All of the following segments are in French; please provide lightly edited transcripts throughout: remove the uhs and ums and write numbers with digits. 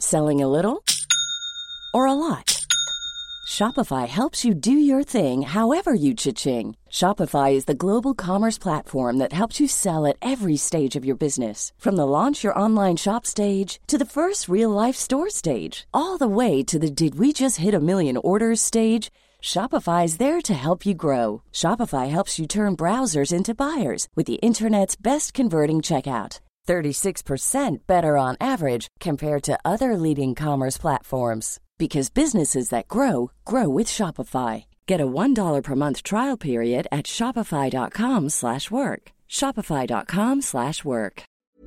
Selling a little or a lot? Shopify helps you do your thing however you cha-ching. Shopify is the global commerce platform that helps you sell at every stage of your business. From the launch your online shop stage to the first real-life store stage, all the way to the did we just hit a million orders stage. Shopify is there to help you grow. Shopify helps you turn browsers into buyers with the internet's best converting checkout. 36% better on average compared to other leading commerce platforms. Because businesses that grow, grow with Shopify. Get a $1 per month trial period at shopify.com/work. Shopify.com/work.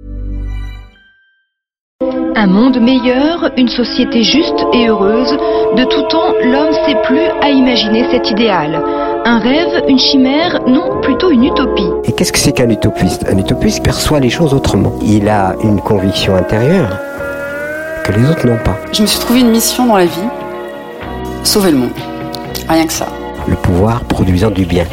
Un monde meilleur, une société juste et heureuse, de tout temps, l'homme sait plus à imaginer cet idéal. Un rêve, une chimère, non, plutôt une utopie. Et qu'est-ce que c'est qu'un utopiste ? Un utopiste perçoit les choses autrement. Il a une conviction intérieure que les autres n'ont pas. Je me suis trouvé une mission dans la vie, sauver le monde. Rien que ça. Le pouvoir produisant du bien.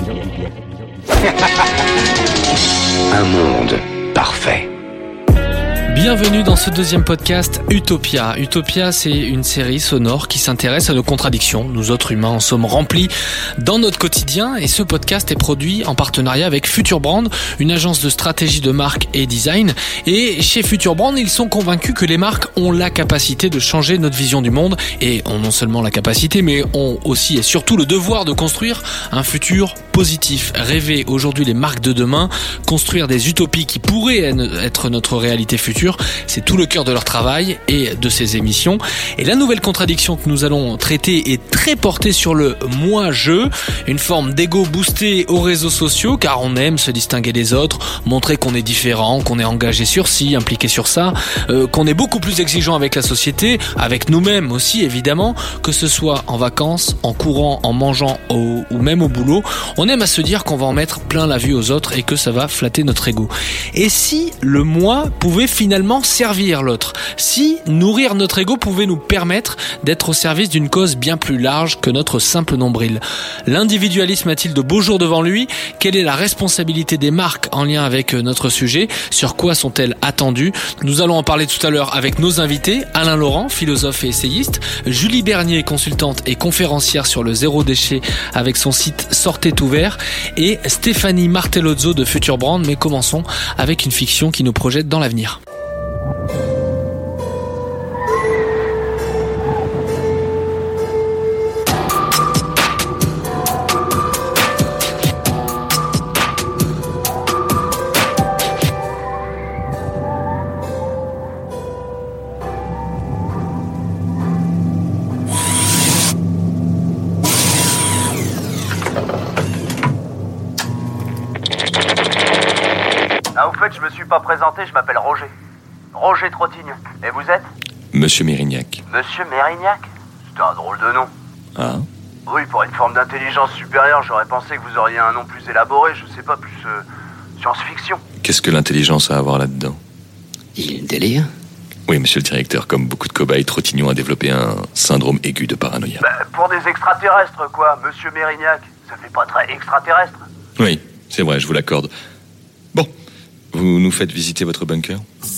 Un monde parfait. Bienvenue dans ce deuxième podcast Utopia. Utopia, c'est une série sonore qui s'intéresse à nos contradictions. Nous autres humains en sommes remplis dans notre quotidien et ce podcast est produit en partenariat avec Future Brand, une agence de stratégie de marque et design. Et chez Future Brand, ils sont convaincus que les marques ont la capacité de changer notre vision du monde et ont non seulement la capacité, mais ont aussi et surtout le devoir de construire un futur positif. Rêver aujourd'hui les marques de demain, construire des utopies qui pourraient être notre réalité future. C'est tout le cœur de leur travail et de ces émissions. Et la nouvelle contradiction que nous allons traiter est très portée sur le moi-je, une forme d'ego boosté aux réseaux sociaux car on aime se distinguer des autres, montrer qu'on est différent, qu'on est engagé sur ci, impliqué sur ça, qu'on est beaucoup plus exigeant avec la société, avec nous-mêmes aussi évidemment, que ce soit en vacances, en courant, en mangeant ou même au boulot. On aime à se dire qu'on va en mettre plein la vue aux autres et que ça va flatter notre ego. Et si le moi pouvait finalement servir l'autre, si nourrir notre ego pouvait nous permettre d'être au service d'une cause bien plus large que notre simple nombril. L'individualisme a-t-il de beaux jours devant lui ? Quelle est la responsabilité des marques en lien avec notre sujet ? Sur quoi sont-elles attendues ? Nous allons en parler tout à l'heure avec nos invités, Alain Laurent, philosophe et essayiste, Julie Bernier, consultante et conférencière sur le zéro déchet avec son site Sortez tout vert, et Stéphanie Martellozzo de Future Brand. Mais commençons avec une fiction qui nous projette dans l'avenir. Ah, au fait, je me suis pas présenté, je m'appelle Roger. Roger Trottignon. Et vous êtes ? Monsieur Mérignac. Monsieur Mérignac ? C'est un drôle de nom. Ah ? Oui, pour une forme d'intelligence supérieure, j'aurais pensé que vous auriez un nom plus élaboré, je sais pas, plus science-fiction. Qu'est-ce que l'intelligence a à voir là-dedans ? Il délire ? Oui, monsieur le directeur, comme beaucoup de cobayes, Trottignon a développé un syndrome aigu de paranoïa. Pour des extraterrestres, quoi, Monsieur Mérignac. Ça fait pas très extraterrestre. Oui, c'est vrai, je vous l'accorde. Bon, vous nous faites visiter votre bunker ?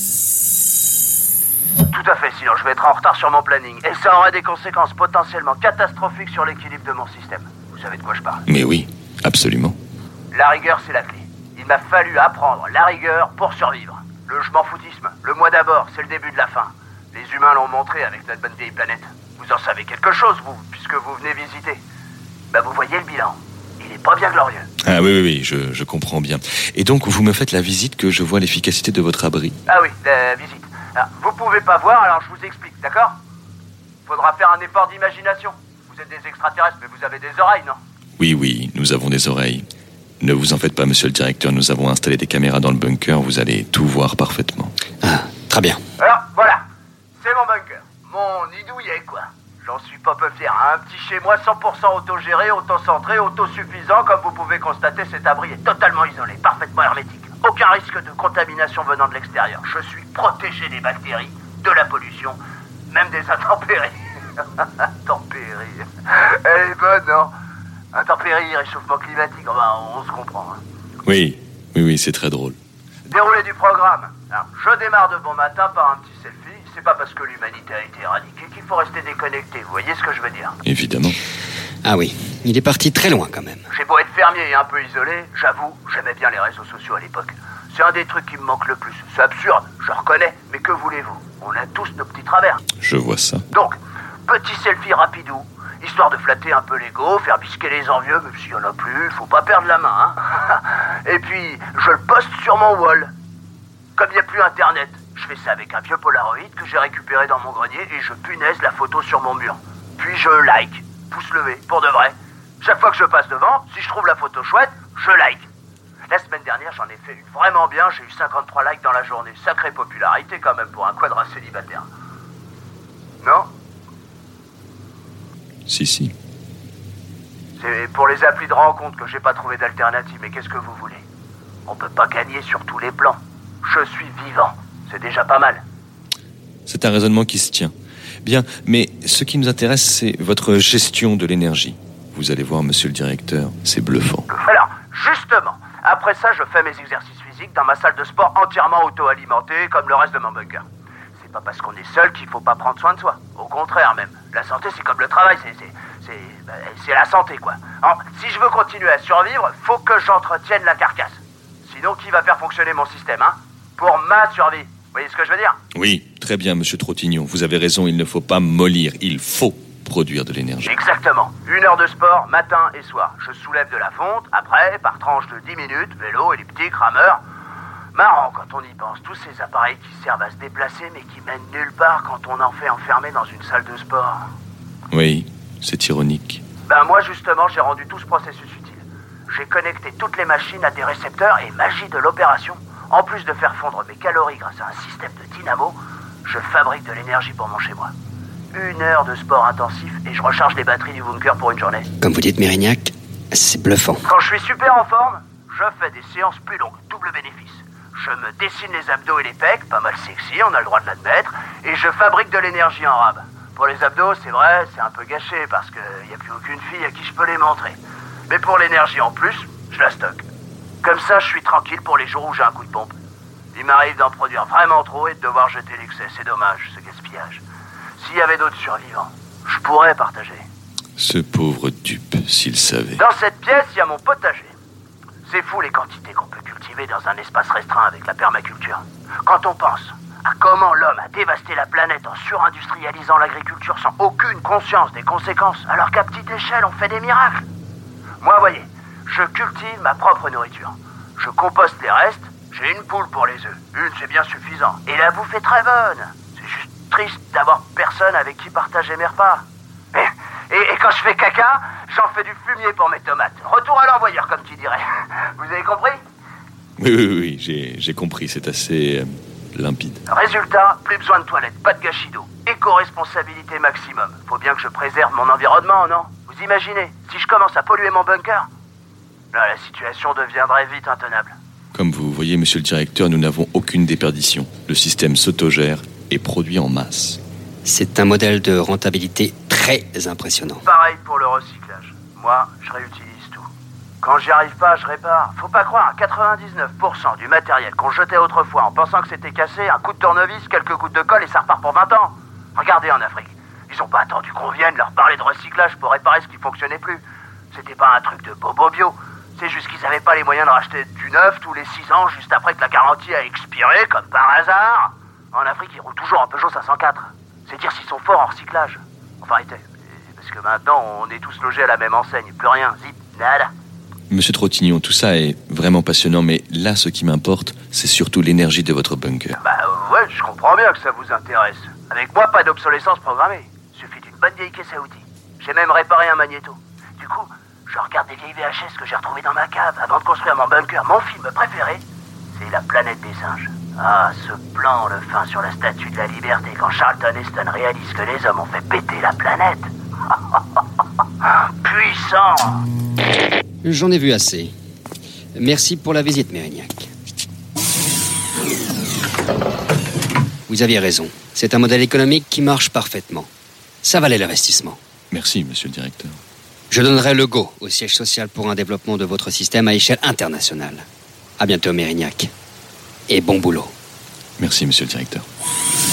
Tout à fait, sinon je vais être en retard sur mon planning. Et ça aurait des conséquences potentiellement catastrophiques sur l'équilibre de mon système. Vous savez de quoi je parle ? Mais oui, absolument. La rigueur, c'est la clé. Il m'a fallu apprendre la rigueur pour survivre. Le je m'en foutisme, le moi d'abord, c'est le début de la fin. Les humains l'ont montré avec notre bonne vieille planète. Vous en savez quelque chose, vous, puisque vous venez visiter. Vous voyez le bilan. Il est pas bien glorieux. Ah oui, je comprends bien. Et donc, vous me faites la visite que je vois l'efficacité de votre abri ? Ah oui, la visite. Alors, vous pouvez pas voir, alors je vous explique, d'accord ? Faudra faire un effort d'imagination. Vous êtes des extraterrestres, mais vous avez des oreilles, non ? Oui, nous avons des oreilles. Ne vous en faites pas, monsieur le directeur, nous avons installé des caméras dans le bunker, vous allez tout voir parfaitement. Ah, très bien. Alors, voilà, c'est mon bunker. Mon nid douillet, quoi. J'en suis pas peu fier. Un petit chez moi 100% autogéré, autocentré, autosuffisant. Comme vous pouvez constater, cet abri est totalement isolé, parfaitement hermétique. Aucun risque de contamination venant de l'extérieur. Je suis protégé des bactéries, de la pollution, même des intempéries. Intempéries. Elle est bonne, non ? Intempéries, réchauffement climatique, on se comprend. Hein. Oui, c'est très drôle. Déroulé du programme. Alors, je démarre de bon matin par un petit selfie. c'est pas parce que l'humanité a été éradiquée qu'il faut rester déconnecté, vous voyez ce que je veux dire? Évidemment. Ah oui, il est parti très loin quand même. J'ai beau être fermier et un peu isolé, j'avoue, j'aimais bien les réseaux sociaux à l'époque. C'est un des trucs qui me manque le plus. C'est absurde, je reconnais, mais que voulez-vous? On a tous nos petits travers. Je vois ça. Donc, petit selfie rapidou, histoire de flatter un peu l'ego, faire bisquer les envieux, même s'il y en a plus, faut pas perdre la main, hein. Et puis, je le poste sur mon wall. Comme il n'y a plus internet, je fais ça avec un vieux Polaroid que j'ai récupéré dans mon grenier et je punaise la photo sur mon mur. Puis je like, pouce levé, pour de vrai. Chaque fois que je passe devant, si je trouve la photo chouette, je like. La semaine dernière, j'en ai fait une vraiment bien, j'ai eu 53 likes dans la journée. Sacrée popularité quand même pour un quadra célibataire. Non? Si. C'est pour les applis de rencontre que j'ai pas trouvé d'alternative, mais qu'est-ce que vous voulez? On peut pas gagner sur tous les plans. Je suis vivant, c'est déjà pas mal. C'est un raisonnement qui se tient. Bien, mais ce qui nous intéresse, c'est votre gestion de l'énergie. Vous allez voir, monsieur le directeur, c'est bluffant. Alors, justement, après ça, je fais mes exercices physiques dans ma salle de sport entièrement auto-alimentée, comme le reste de mon bunker. C'est pas parce qu'on est seul qu'il faut pas prendre soin de soi. Au contraire même. La santé, c'est comme le travail, c'est la santé, quoi. Alors, si je veux continuer à survivre, faut que j'entretienne la carcasse. Sinon, qui va faire fonctionner mon système, hein? Pour ma survie. Vous voyez ce que je veux dire? Oui, très bien, monsieur Trottignon. Vous avez raison, il ne faut pas mollir, il faut produire de l'énergie. Exactement. 1 heure de sport, matin et soir. Je soulève de la fonte, après, par tranche de 10 minutes, vélo, elliptique, rameur. Marrant quand on y pense, tous ces appareils qui servent à se déplacer mais qui mènent nulle part quand on en fait enfermer dans une salle de sport. Oui, c'est ironique. Moi justement, j'ai rendu tout ce processus utile. J'ai connecté toutes les machines à des récepteurs et magie de l'opération. En plus de faire fondre mes calories grâce à un système de dynamo, je fabrique de l'énergie pour mon chez-moi. 1 heure de sport intensif et je recharge les batteries du bunker pour une journée. Comme vous dites, Mérignac, c'est bluffant. Quand je suis super en forme, je fais des séances plus longues, double bénéfice. Je me dessine les abdos et les pecs, pas mal sexy, on a le droit de l'admettre, et je fabrique de l'énergie en rab. Pour les abdos, c'est vrai, c'est un peu gâché parce qu'il n'y a plus aucune fille à qui je peux les montrer. Mais pour l'énergie en plus, je la stocke. Comme ça, je suis tranquille pour les jours où j'ai un coup de pompe. Il m'arrive d'en produire vraiment trop et de devoir jeter l'excès. C'est dommage, ce gaspillage. S'il y avait d'autres survivants, je pourrais partager. Ce pauvre dupe, s'il savait. Dans cette pièce, il y a mon potager. C'est fou les quantités qu'on peut cultiver dans un espace restreint avec la permaculture. Quand on pense à comment l'homme a dévasté la planète en surindustrialisant l'agriculture sans aucune conscience des conséquences, alors qu'à petite échelle, on fait des miracles. Moi, voyez, je cultive ma propre nourriture. Je composte les restes, j'ai une poule pour les œufs. Une, c'est bien suffisant. Et la bouffe est très bonne. C'est juste triste d'avoir personne avec qui partager mes repas. Et quand je fais caca, j'en fais du fumier pour mes tomates. Retour à l'envoyeur, comme tu dirais. Vous avez compris? Oui, j'ai compris, c'est assez limpide. Résultat, plus besoin de toilettes, pas de gâchis d'eau. Éco-responsabilité maximum. Faut bien que je préserve mon environnement, non? Vous imaginez, si je commence à polluer mon bunker? Là, la situation deviendrait vite intenable. Comme vous voyez, monsieur le directeur, nous n'avons aucune déperdition. Le système s'autogère et produit en masse. C'est un modèle de rentabilité très impressionnant. Pareil pour le recyclage. Moi, je réutilise tout. Quand j'y arrive pas, je répare. Faut pas croire, 99% du matériel qu'on jetait autrefois en pensant que c'était cassé, un coup de tournevis, quelques gouttes de colle et ça repart pour 20 ans. Regardez en Afrique. Ils ont pas attendu qu'on vienne leur parler de recyclage pour réparer ce qui fonctionnait plus. C'était pas un truc de bobo bio. C'est juste qu'ils avaient pas les moyens de racheter du neuf tous les 6 ans juste après que la garantie a expiré, comme par hasard. En Afrique, ils roulent toujours en Peugeot 504. C'est dire s'ils sont forts en recyclage. Enfin, arrêtez. Parce que maintenant, on est tous logés à la même enseigne. Plus rien, zip, nada. Monsieur Trottignon, tout ça est vraiment passionnant, mais là, ce qui m'importe, c'est surtout l'énergie de votre bunker. Ouais, je comprends bien que ça vous intéresse. Avec moi, pas d'obsolescence programmée. Suffit d'une bonne vieille caisse à outils. J'ai même réparé un magnéto. Du coup, je regarde des vieilles VHS que j'ai retrouvées dans ma cave avant de construire mon bunker. Mon film préféré, c'est La planète des singes. Ah, ce plan, le fin sur la statue de la liberté, quand Charlton Heston réalise que les hommes ont fait péter la planète. Puissant. J'en ai vu assez. Merci pour la visite, Mérignac. Vous aviez raison. C'est un modèle économique qui marche parfaitement. Ça valait l'investissement. Merci, monsieur le directeur. Je donnerai le go au siège social pour un développement de votre système à échelle internationale. À bientôt, Mérignac. Et bon boulot. Merci, monsieur le directeur.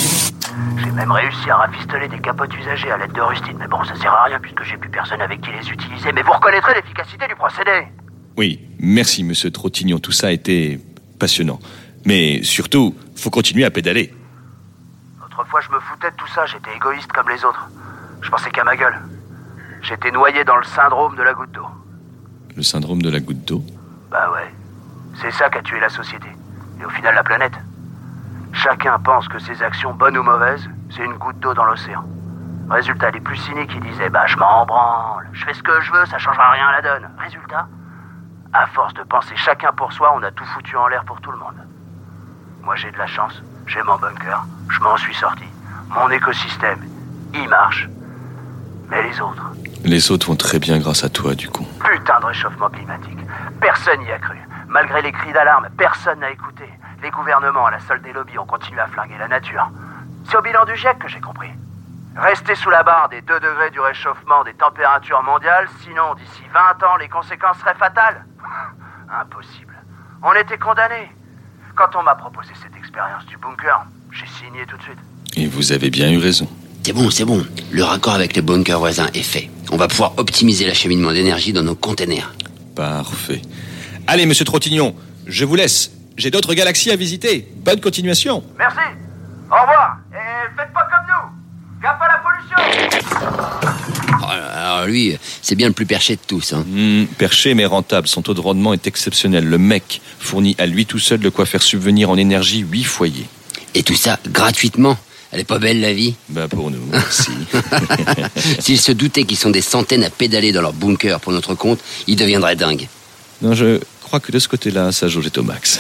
J'ai même réussi à rafistoler des capotes usagées à l'aide de rustine, mais bon, ça sert à rien puisque j'ai plus personne avec qui les utiliser, mais vous reconnaîtrez l'efficacité du procédé. Oui, merci monsieur Trottignon, tout ça a été passionnant. Mais surtout, faut continuer à pédaler. Autrefois, je me foutais de tout ça, j'étais égoïste comme les autres. Je pensais qu'à ma gueule. J'étais noyé dans le syndrome de la goutte d'eau. Le syndrome de la goutte d'eau? Bah ouais, c'est ça qui a tué la société. Et au final, la planète. Chacun pense que ses actions, bonnes ou mauvaises, c'est une goutte d'eau dans l'océan. Résultat, les plus cyniques, ils disaient « Bah, je m'en branle, je fais ce que je veux, ça changera rien à la donne. » Résultat, à force de penser chacun pour soi, on a tout foutu en l'air pour tout le monde. Moi, j'ai de la chance, j'ai mon bunker, je m'en suis sorti. Mon écosystème, il marche. Mais les autres... Les autres vont très bien grâce à toi, du coup. Putain de réchauffement climatique. Personne n'y a cru. Malgré les cris d'alarme, personne n'a écouté. Les gouvernements, à la solde des lobbies, ont continué à flinguer la nature. C'est au bilan du GIEC que j'ai compris. Rester sous la barre des 2 degrés du réchauffement des températures mondiales, sinon d'ici 20 ans, les conséquences seraient fatales. Impossible. On était condamnés. Quand on m'a proposé cette expérience du bunker, j'ai signé tout de suite. Et vous avez bien eu raison. C'est bon. Le raccord avec les bunkers voisins est fait. On va pouvoir optimiser l'acheminement d'énergie dans nos containers. Parfait. Allez, monsieur Trottignon, je vous laisse. J'ai d'autres galaxies à visiter. Bonne continuation. Merci. Au revoir. Et faites pas comme nous. Gaffe à la pollution. Alors lui, c'est bien le plus perché de tous. Hein. Perché mais rentable. Son taux de rendement est exceptionnel. Le mec fournit à lui tout seul de quoi faire subvenir en énergie 8 foyers. Et tout ça gratuitement. Elle est pas belle, la vie? Bah pour nous, si. S'ils se doutaient qu'ils sont des centaines à pédaler dans leur bunker pour notre compte, ils deviendraient dingues. Non, je crois que de ce côté-là, sa jauge est au max.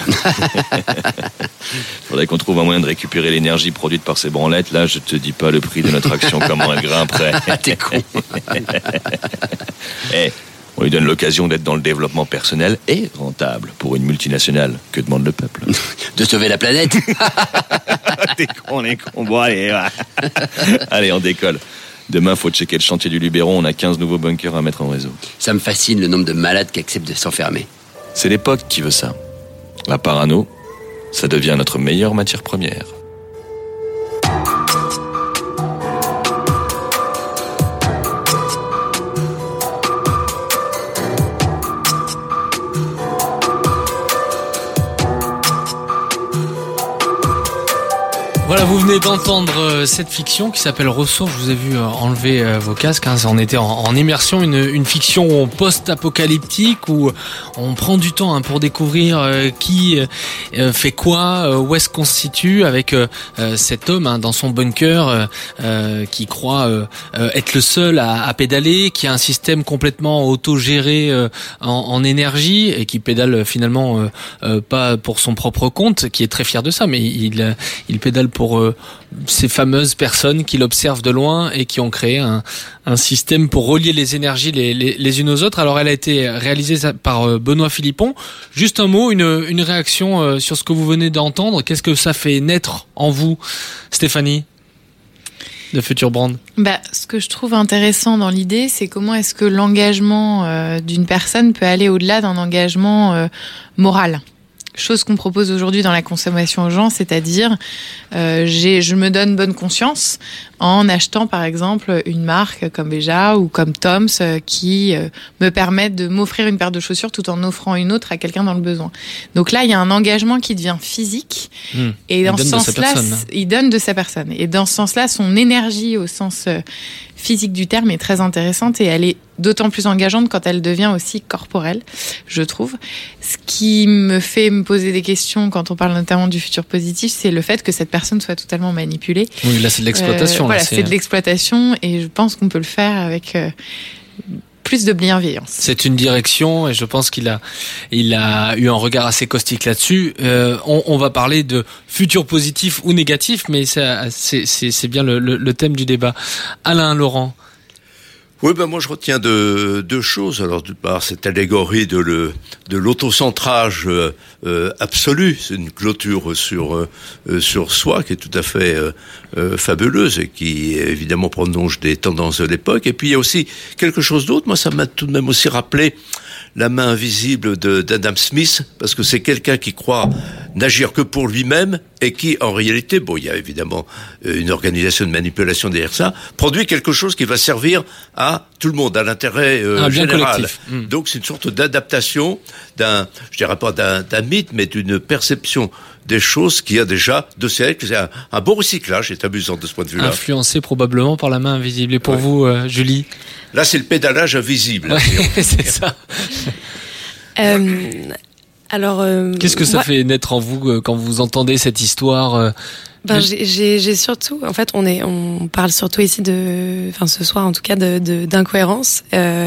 Faudrait qu'on trouve un moyen de récupérer l'énergie produite par ces branlettes. Là, je te dis pas le prix de notre action, comment elle grimperait. T'es con. On lui donne l'occasion d'être dans le développement personnel et rentable pour une multinationale. Que demande le peuple? De sauver la planète. T'es con, les cons. Bon, allez, allez, on décolle. Demain, faut checker le chantier du Luberon. On a 15 nouveaux bunkers à mettre en réseau. Ça me fascine le nombre de malades qui acceptent de s'enfermer. C'est l'époque qui veut ça. La parano, ça devient notre meilleure matière première. Voilà, vous venez d'entendre cette fiction qui s'appelle Ressources. Je vous ai vu enlever vos casques. On était en immersion, une fiction post-apocalyptique où on prend du temps pour découvrir qui fait quoi, où est-ce qu'on se situe avec cet homme dans son bunker qui croit être le seul à pédaler, qui a un système complètement autogéré en énergie et qui pédale finalement pas pour son propre compte, qui est très fier de ça, mais il pédale pour ces fameuses personnes qui l'observent de loin et qui ont créé un système pour relier les énergies les unes aux autres. Alors elle a été réalisée par Benoît Philippon. Juste un mot, une réaction sur ce que vous venez d'entendre. Qu'est-ce que ça fait naître en vous, Stéphanie, de Future Brand? Ce que je trouve intéressant dans l'idée, c'est comment est-ce que l'engagement d'une personne peut aller au-delà d'un engagement moral. Chose qu'on propose aujourd'hui dans la consommation aux gens, c'est-à-dire je me donne bonne conscience en achetant par exemple une marque comme Veja ou comme Tom's qui me permettent de m'offrir une paire de chaussures tout en offrant une autre à quelqu'un dans le besoin. Donc là, il y a un engagement qui devient physique et dans ce sens-là, il donne de sa personne. Et dans ce sens-là, son énergie au sens physique du terme est très intéressante et elle est d'autant plus engageante quand elle devient aussi corporelle, je trouve. Ce qui me fait me poser des questions quand on parle notamment du futur positif, c'est le fait que cette personne soit totalement manipulée. Oui, là c'est de l'exploitation. Voilà, c'est de l'exploitation et je pense qu'on peut le faire avec plus de bienveillance. C'est une direction et je pense qu'il a eu un regard assez caustique là-dessus. On va parler de futur positif ou négatif, mais c'est bien le thème du débat. Alain, Laurent. Oui, moi je retiens deux choses. Alors d'une part, cette allégorie de l'autocentrage absolu, c'est une clôture sur soi qui est tout à fait fabuleuse et qui évidemment prolonge des tendances de l'époque. Et puis il y a aussi quelque chose d'autre. Moi, ça m'a tout de même aussi rappelé la main invisible d'Adam Smith, parce que c'est quelqu'un qui croit n'agir que pour lui-même et qui, en réalité, bon, il y a évidemment une organisation de manipulation derrière ça, produit quelque chose qui va servir à tout le monde, à l'intérêt général. Donc c'est une sorte d'adaptation je dirais pas d'un mythe, mais d'une perception des choses qui a déjà 2 siècles. C'est un beau recyclage, c'est amusant de ce point de vue-là. Influencé probablement par la main invisible. Et pour vous, Julie? Là, c'est le pédalage invisible. C'est ça. Alors, qu'est-ce que ça fait naître en vous quand vous entendez cette histoire j'ai surtout, en fait, on parle surtout ici ce soir en tout cas d'incohérence.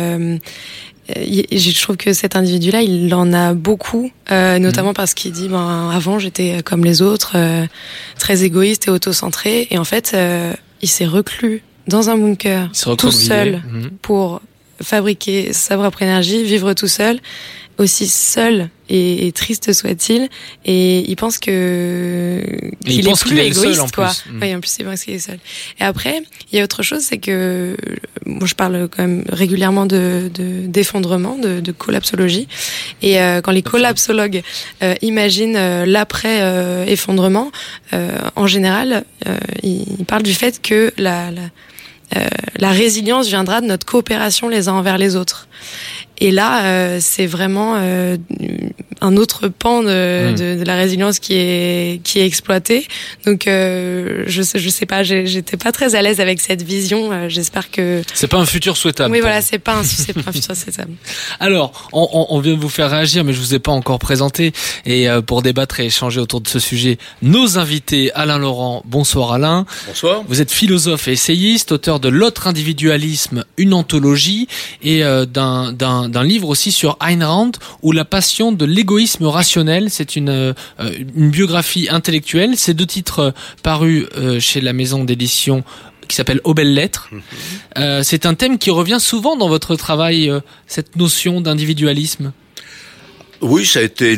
Je trouve que cet individu-là, il en a beaucoup, notamment parce qu'il dit, avant j'étais comme les autres, très égoïste et autocentré, et en fait, il s'est reclus dans un bunker, tout seul, pour fabriquer sa propre énergie, vivre tout seul, aussi seul et triste soit-il, et il pense qu'il est plus égoïste, quoi. Oui, en plus il pense qu'il est seul. Et après, il y a autre chose, c'est que moi je parle quand même régulièrement d'effondrement, de collapsologie, et quand les collapsologues imaginent l'après effondrement, en général, ils parlent du fait que la résilience viendra de notre coopération les uns envers les autres. Et là, c'est vraiment un autre pan de la résilience qui est exploité. Donc, je sais pas, j'étais pas très à l'aise avec cette vision. J'espère que c'est pas un futur souhaitable. Oui, voilà, c'est pas un futur souhaitable. Alors, on vient de vous faire réagir, mais je vous ai pas encore présenté. Et pour débattre et échanger autour de ce sujet, nos invités, Alain Laurent. Bonsoir Alain. Bonsoir. Vous êtes philosophe et essayiste, auteur de L'autre individualisme, une anthologie, et d'un livre aussi sur Ayn Rand, ou la passion de l'égoïsme rationnel. C'est une biographie intellectuelle. Ces 2 titres parus chez la maison d'édition qui s'appelle Aux belles lettres. C'est un thème qui revient souvent dans votre travail, cette notion d'individualisme. Oui, ça a été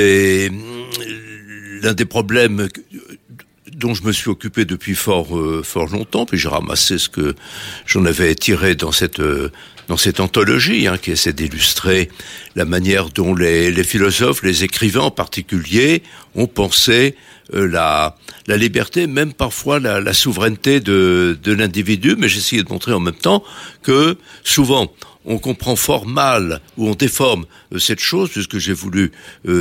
l'un des problèmes dont je me suis occupé depuis fort longtemps, puis j'ai ramassé ce que j'en avais tiré dans cette anthologie, qui essaie d'illustrer la manière dont les philosophes, les écrivains en particulier, ont pensé la liberté, même parfois la souveraineté de l'individu, mais j'essayais de montrer en même temps que souvent on comprend fort mal ou on déforme cette chose, puisque j'ai voulu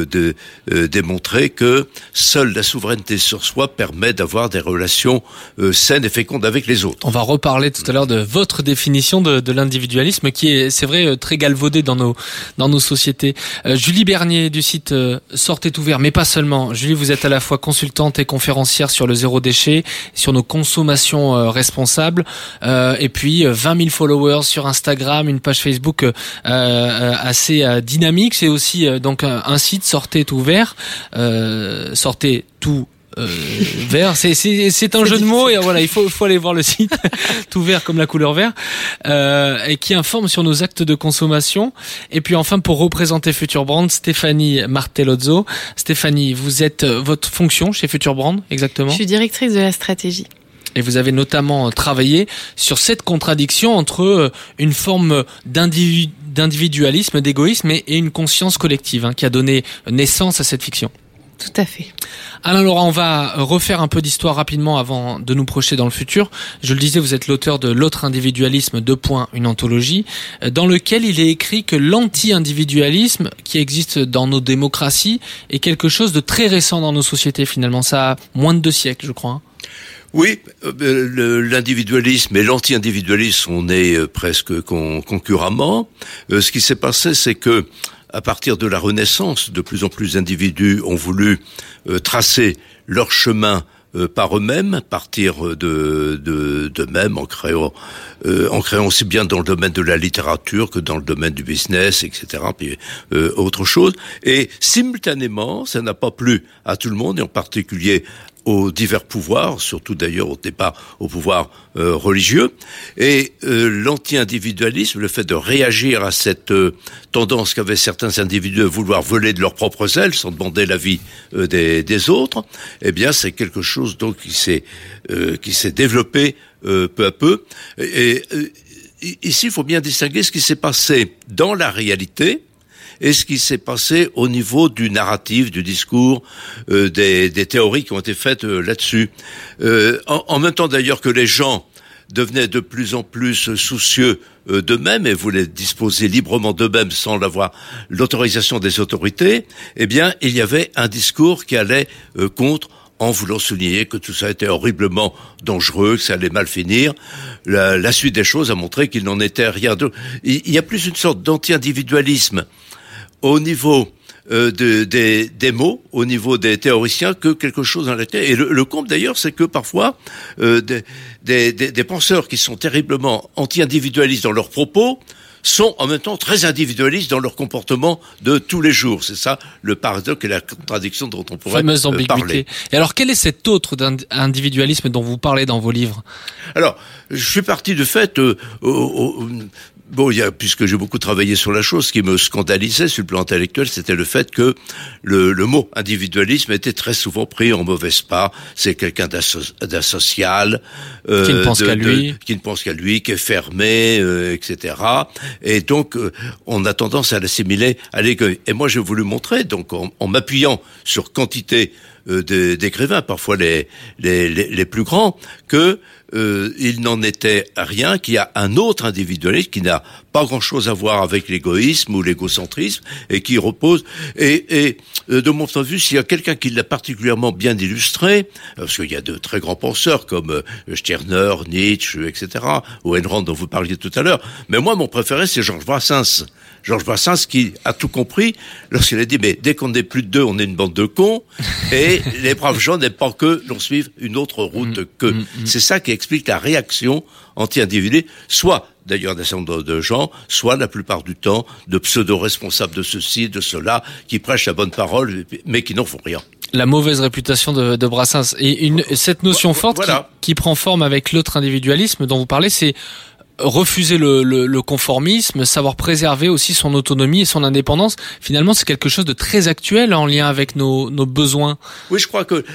démontrer que seule la souveraineté sur soi permet d'avoir des relations saines et fécondes avec les autres. On va reparler tout à l'heure de votre définition de l'individualisme, qui est, c'est vrai, très galvaudé dans nos sociétés. Julie Bernier du site Sortez tout vert, mais pas seulement. Julie, vous êtes à la fois consultante et conférencière sur le zéro déchet, sur nos consommations responsables, et puis 20 000 followers sur Instagram, une page Facebook assez dynamique. C'est aussi donc un site Sortez tout vert, Sortez tout vert, c'est un jeu de mots, et voilà, il faut aller voir le site tout vert comme la couleur vert, et qui informe sur nos actes de consommation. Et puis enfin, pour représenter Future Brand, Stéphanie Martellozzo. Stéphanie, vous êtes votre fonction chez Future Brand exactement? Je suis directrice de la stratégie. Et vous avez notamment travaillé sur cette contradiction entre une forme d'individualisme, d'égoïsme et une conscience collective, qui a donné naissance à cette fiction. Tout à fait. Alain Laurent, on va refaire un peu d'histoire rapidement avant de nous projeter dans le futur. Je le disais, vous êtes l'auteur de L'autre individualisme, une anthologie, dans lequel il est écrit que l'anti-individualisme qui existe dans nos démocraties est quelque chose de très récent dans nos sociétés finalement. Ça a moins de 2 siècles, je crois. Oui, l'individualisme et l'anti-individualisme sont nés presque concurremment. Ce qui s'est passé, c'est que à partir de la Renaissance, de plus en plus d'individus ont voulu tracer leur chemin par eux-mêmes, partir d'eux-mêmes en créant aussi bien dans le domaine de la littérature que dans le domaine du business, etc. Puis autre chose. Et simultanément, ça n'a pas plu à tout le monde, et en particulier aux divers pouvoirs, surtout d'ailleurs au départ au pouvoir religieux, et l'anti-individualisme, le fait de réagir à cette tendance qu'avaient certains individus à vouloir voler de leurs propres ailes sans demander l'avis des autres, eh bien c'est quelque chose donc qui s'est développé peu à peu. Et ici il faut bien distinguer ce qui s'est passé dans la réalité et ce qui s'est passé au niveau du narratif, du discours, des théories qui ont été faites là-dessus. En même temps d'ailleurs que les gens devenaient de plus en plus soucieux d'eux-mêmes et voulaient disposer librement d'eux-mêmes sans l'autorisation des autorités, eh bien, il y avait un discours qui allait contre, en voulant souligner que tout ça était horriblement dangereux, que ça allait mal finir. La suite des choses a montré qu'il n'en était rien d'autre. Il y a plus une sorte d'anti-individualisme au niveau des mots, au niveau des théoriciens, que quelque chose dans la tête. Et le comble d'ailleurs, c'est que parfois des penseurs qui sont terriblement anti-individualistes dans leurs propos sont en même temps très individualistes dans leur comportement de tous les jours. C'est ça le paradoxe et la contradiction dont on pourrait parler. Et alors, quel est cet autre individualisme dont vous parlez dans vos livres ? Alors, je suis parti du fait... Bon, puisque j'ai beaucoup travaillé sur la chose, ce qui me scandalisait sur le plan intellectuel, c'était le fait que le mot individualisme était très souvent pris en mauvaise part. C'est quelqu'un d'asocial, qui ne pense qu'à lui, qui est fermé, etc. Et donc, on a tendance à l'assimiler à l'égoïsme. Et moi, j'ai voulu montrer, donc, en m'appuyant sur quantité d'écrivains, parfois les plus grands, que il n'en était rien, qu'il y a un autre individualisme qui n'a pas grand-chose à voir avec l'égoïsme ou l'égocentrisme et qui repose. Et de mon point de vue, s'il y a quelqu'un qui l'a particulièrement bien illustré, parce qu'il y a de très grands penseurs comme Stirner, Nietzsche, etc., ou Ayn Rand dont vous parliez tout à l'heure, mais moi, mon préféré, c'est Georges Brassens. Georges Brassens qui a tout compris lorsqu'il a dit mais dès qu'on est plus de deux, on est une bande de cons et les braves gens n'aiment pas que l'on suive une autre route que. C'est ça qui explique la réaction anti-individuelle, soit d'ailleurs d'un certain nombre de gens, soit la plupart du temps de pseudo-responsables de ceci, de cela, qui prêchent la bonne parole mais qui n'en font rien. La mauvaise réputation de Brassens. Et cette notion forte qui prend forme avec l'autre individualisme dont vous parlez, c'est refuser le conformisme, savoir préserver aussi son autonomie et son indépendance. Finalement, c'est quelque chose de très actuel en lien avec nos besoins. Oui, je crois que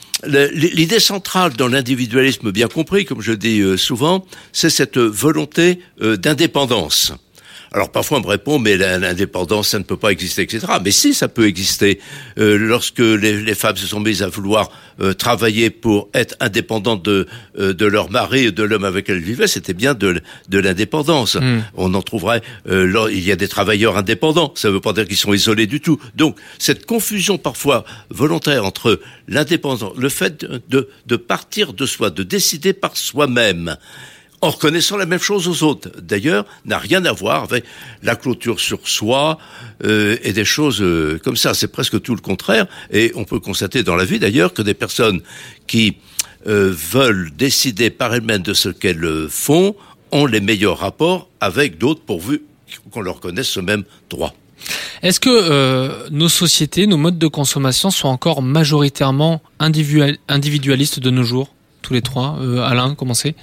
l'idée centrale dans l'individualisme bien compris, comme je dis souvent, c'est cette volonté d'indépendance. Alors parfois on me répond mais l'indépendance ça ne peut pas exister, etc. Mais si, ça peut exister. Lorsque les femmes se sont mises à vouloir travailler pour être indépendantes de leur mari et de l'homme avec lequel elles vivaient, c'était bien de l'indépendance. On en trouverait. Il y a des travailleurs indépendants. Ça ne veut pas dire qu'ils sont isolés du tout. Donc cette confusion parfois volontaire entre l'indépendance, le fait de partir de soi, de décider par soi-même, en reconnaissant la même chose aux autres, d'ailleurs, n'a rien à voir avec la clôture sur soi et des choses comme ça. C'est presque tout le contraire. Et on peut constater dans la vie, d'ailleurs, que des personnes qui veulent décider par elles-mêmes de ce qu'elles font ont les meilleurs rapports avec d'autres pourvu qu'on leur connaisse ce même droit. Est-ce que nos sociétés, nos modes de consommation sont encore majoritairement individualistes de nos jours, tous les trois? Alain, commencez.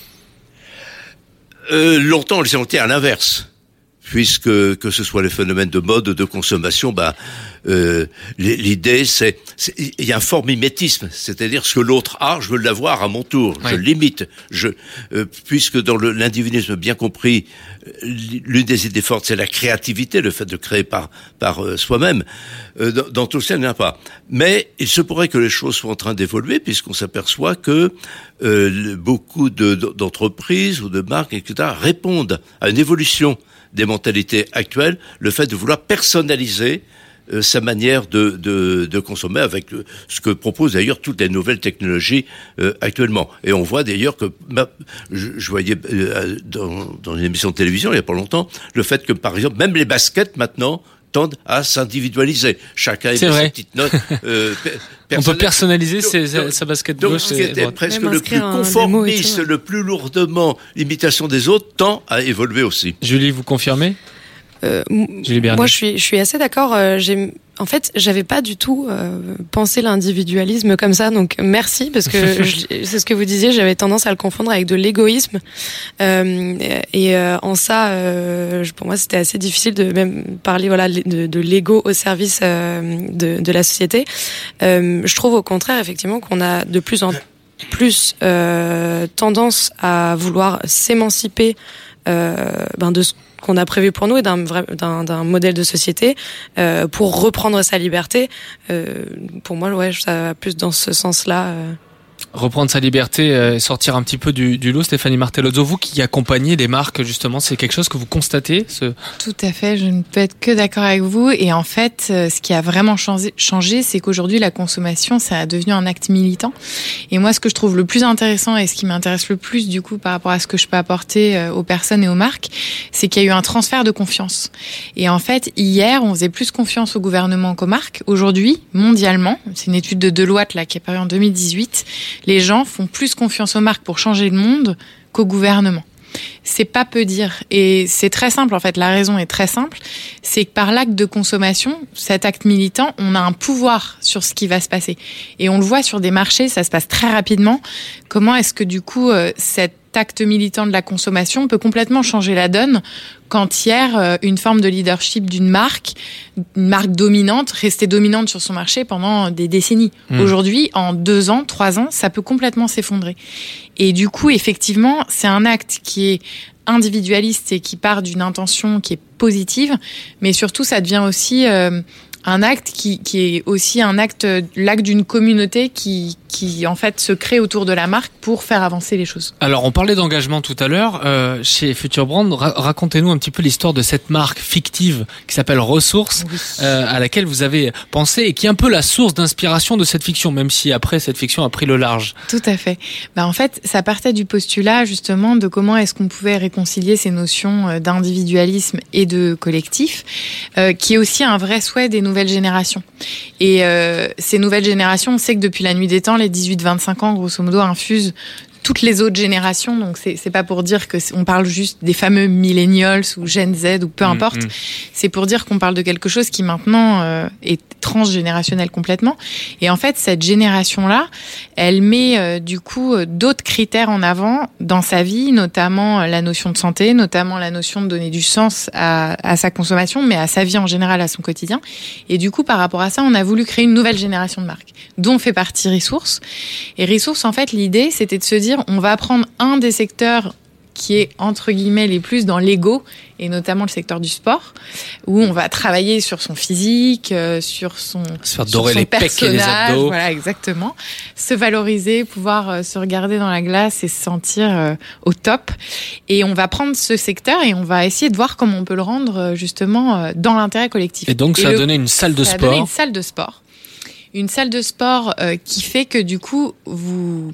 Longtemps, ils ont été à l'inverse, puisque que ce soit les phénomènes de mode, de consommation, l'idée c'est il y a un fort mimétisme, c'est-à-dire ce que l'autre a, je veux l'avoir à mon tour, je l'imite. Puisque dans l'individualisme bien compris, l'une des idées fortes c'est la créativité, le fait de créer par soi-même. Dans tout ça, il n'y en a pas. Mais il se pourrait que les choses soient en train d'évoluer, puisqu'on s'aperçoit que beaucoup d'entreprises ou de marques, etc., répondent à une évolution des mentalités actuelles, le fait de vouloir personnaliser sa manière de consommer avec ce que proposent d'ailleurs toutes les nouvelles technologies actuellement. Et on voit d'ailleurs que je voyais dans une émission de télévision il y a pas longtemps le fait que par exemple même les baskets maintenant tendent à s'individualiser. Chacun c'est vrai. Sa petite note. On peut personnaliser sa basket gauche. Donc, ce qui était presque le plus conformiste, le plus lourdement l'imitation des autres, tend à évoluer aussi. Julie, vous confirmez? Moi, je suis assez d'accord. En fait, j'avais pas du tout pensé l'individualisme comme ça, donc merci, parce que c'est ce que vous disiez, j'avais tendance à le confondre avec de l'égoïsme. En ça, pour moi, c'était assez difficile de même parler de l'ego au service de la société. Je trouve au contraire, effectivement, qu'on a de plus en plus tendance à vouloir s'émanciper de ce qu'on a prévu pour nous et d'un modèle de société pour reprendre sa liberté. Pour moi, ça va plus dans ce sens-là. Reprendre sa liberté, sortir un petit peu du lot. Stéphanie Martellozzo, vous qui accompagnez les marques, justement, c'est quelque chose que vous constatez Tout à fait, je ne peux être que d'accord avec vous. Et en fait, ce qui a vraiment changé, c'est qu'aujourd'hui, la consommation, ça a devenu un acte militant. Et moi, ce que je trouve le plus intéressant et ce qui m'intéresse le plus, du coup, par rapport à ce que je peux apporter aux personnes et aux marques, c'est qu'il y a eu un transfert de confiance. Et en fait, hier, on faisait plus confiance au gouvernement qu'aux marques. Aujourd'hui, mondialement, c'est une étude de Deloitte là, qui est parue en 2018, les gens font plus confiance aux marques pour changer le monde qu'au gouvernement. C'est pas peu dire. Et c'est très simple, en fait. La raison est très simple. C'est que par l'acte de consommation, cet acte militant, on a un pouvoir sur ce qui va se passer. Et on le voit sur des marchés, ça se passe très rapidement. Comment est-ce que, du coup, cet acte militant de la consommation peut complètement changer la donne quand hier, une forme de leadership d'une marque, une marque dominante, restait dominante sur son marché pendant des décennies. Aujourd'hui, en 2 ans, 3 ans, ça peut complètement s'effondrer. Et du coup, effectivement, c'est un acte qui est individualiste et qui part d'une intention qui est positive, mais surtout, ça devient aussi un acte qui est aussi l'acte d'une communauté qui en fait se crée autour de la marque pour faire avancer les choses. Alors on parlait d'engagement tout à l'heure chez Future Brand. Racontez-nous un petit peu l'histoire de cette marque fictive qui s'appelle Ressources, à laquelle vous avez pensé et qui est un peu la source d'inspiration de cette fiction, même si après cette fiction a pris le large. Tout à fait. En fait, ça partait du postulat justement de comment est-ce qu'on pouvait réconcilier ces notions d'individualisme et de collectif, qui est aussi un vrai souhait des nouvelles générations. Et ces nouvelles générations, on sait que depuis la nuit des temps, les 18-25 ans, grosso modo, infusent toutes les autres générations. Donc, c'est pas pour dire que on parle juste des fameux millennials ou Gen Z ou peu importe. C'est pour dire qu'on parle de quelque chose qui maintenant est transgénérationnel complètement. Et en fait, cette génération-là, elle met du coup d'autres critères en avant dans sa vie, notamment la notion de santé, notamment la notion de donner du sens à sa consommation, mais à sa vie en général, à son quotidien. Et du coup, par rapport à ça, on a voulu créer une nouvelle génération de marques, dont fait partie Ressources. Et Ressources, en fait, l'idée, c'était de se dire, on va prendre un des secteurs qui est, entre guillemets, les plus dans l'ego, et notamment le secteur du sport, où on va travailler sur son physique, sur son se faire dorer les pecs et les abdos. Voilà, exactement. Se valoriser, pouvoir se regarder dans la glace et se sentir au top. Et on va prendre ce secteur et on va essayer de voir comment on peut le rendre, justement, dans l'intérêt collectif. Et donc, ça a donné une salle de sport. Ça a donné une salle de sport. Une salle de sport qui fait que, du coup, vous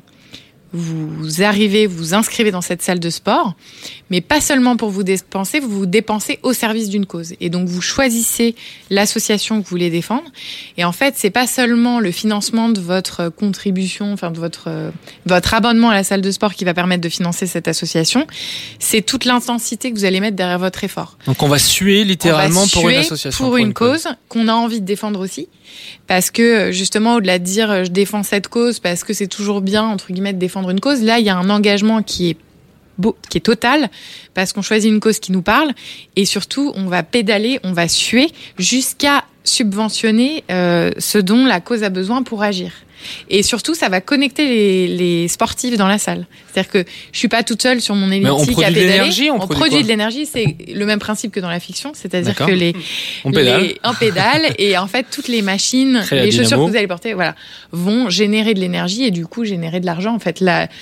arrivez, vous inscrivez dans cette salle de sport, mais pas seulement pour vous dépensez au service d'une cause. Et donc, vous choisissez l'association que vous voulez défendre. Et en fait, c'est pas seulement le financement de votre contribution, enfin, de votre abonnement à la salle de sport qui va permettre de financer cette association. C'est toute l'intensité que vous allez mettre derrière votre effort. Donc, on va suer littéralement pour une association. Pour une cause qu'on a envie de défendre aussi. Parce que, justement, au-delà de dire je défends cette cause parce que c'est toujours bien, entre guillemets, de défendre une cause, là, il y a un engagement qui est total, parce qu'on choisit une cause qui nous parle, et surtout, on va pédaler, on va suer jusqu'à subventionner ce dont la cause a besoin pour agir. Et surtout, ça va connecter les sportifs dans la salle. C'est-à-dire que je suis pas toute seule sur mon elliptique à pédaler. On produit de l'énergie, c'est le même principe que dans la fiction. C'est-à-dire que on pédale et en fait, toutes les machines, les chaussures que vous allez porter, voilà, vont générer de l'énergie et du coup, générer de l'argent. En fait,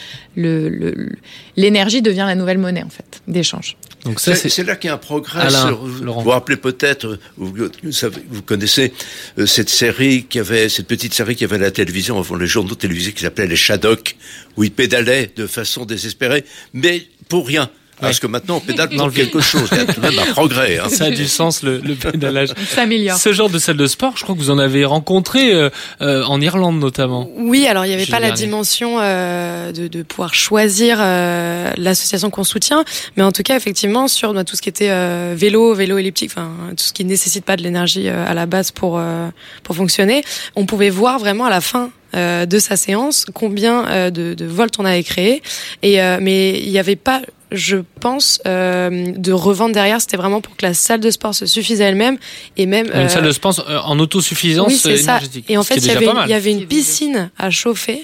l'énergie devient la nouvelle monnaie, en fait, d'échange. Donc ça, c'est là qu'il y a un progrès. Alain, vous vous rappelez peut-être, vous connaissez cette petite série qui avait à la télévision, avant les journaux télévisés, qui s'appelait les Shadocks, où ils pédalaient de façon désespérée, mais pour rien. Parce que maintenant, on pédale pour quelque chose. Il y a tout de même un progrès. Hein. Ça a du sens, le pédalage. Ça s'améliore. Ce genre de salle de sport, je crois que vous en avez rencontré en Irlande notamment. Oui, alors il n'y avait pas la dimension de pouvoir choisir l'association qu'on soutient. Mais en tout cas, effectivement, sur tout ce qui était vélo elliptique, enfin tout ce qui ne nécessite pas de l'énergie à la base pour fonctionner, on pouvait voir vraiment à la fin de sa séance combien de volts on avait créé. Mais il n'y avait pas, je pense, de revente derrière. C'était vraiment pour que la salle de sport se suffise à elle-même et même une salle de sport en autosuffisance. Oui, c'est énergétique. Ça. Et en fait, il y avait une piscine à chauffer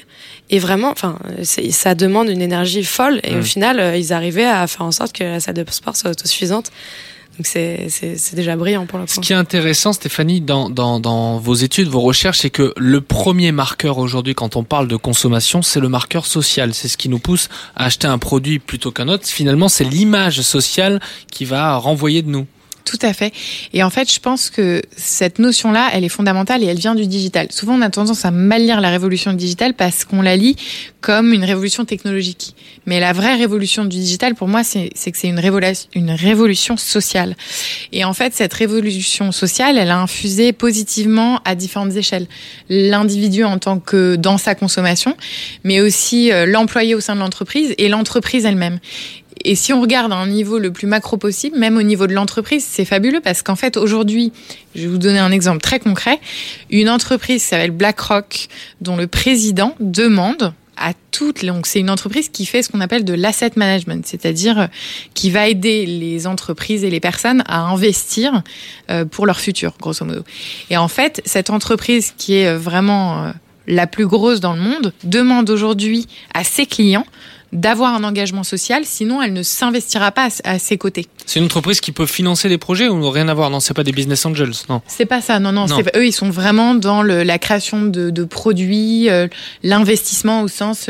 Et vraiment, ça demande une énergie folle. Et au final, ils arrivaient à faire en sorte que la salle de sport soit autosuffisante. Donc c'est déjà brillant pour le coup. Ce qui est intéressant, Stéphanie, dans vos études, vos recherches, c'est que le premier marqueur aujourd'hui, quand on parle de consommation, c'est le marqueur social. C'est ce qui nous pousse à acheter un produit plutôt qu'un autre. Finalement, c'est l'image sociale qui va renvoyer de nous. Tout à fait. Et en fait, je pense que cette notion-là, elle est fondamentale et elle vient du digital. Souvent, on a tendance à mal lire la révolution digitale parce qu'on la lit comme une révolution technologique. Mais la vraie révolution du digital, pour moi, c'est que c'est une révolution sociale. Et en fait, cette révolution sociale, elle a infusé positivement à différentes échelles. L'individu en tant que dans sa consommation, mais aussi l'employé au sein de l'entreprise et l'entreprise elle-même. Et si on regarde à un niveau le plus macro possible, même au niveau de l'entreprise, c'est fabuleux parce qu'en fait, aujourd'hui, je vais vous donner un exemple très concret. Une entreprise qui s'appelle BlackRock, dont le président demande à donc c'est une entreprise qui fait ce qu'on appelle de l'asset management, c'est-à-dire qui va aider les entreprises et les personnes à investir pour leur futur, grosso modo. Et en fait, cette entreprise qui est vraiment la plus grosse dans le monde demande aujourd'hui à ses clients d'avoir un engagement social, sinon elle ne s'investira pas à ses côtés. C'est une entreprise qui peut financer des projets ou rien à voir? Non, c'est pas des business angels, non. C'est pas ça, non. Eux, ils sont vraiment dans la création de produits, l'investissement au sens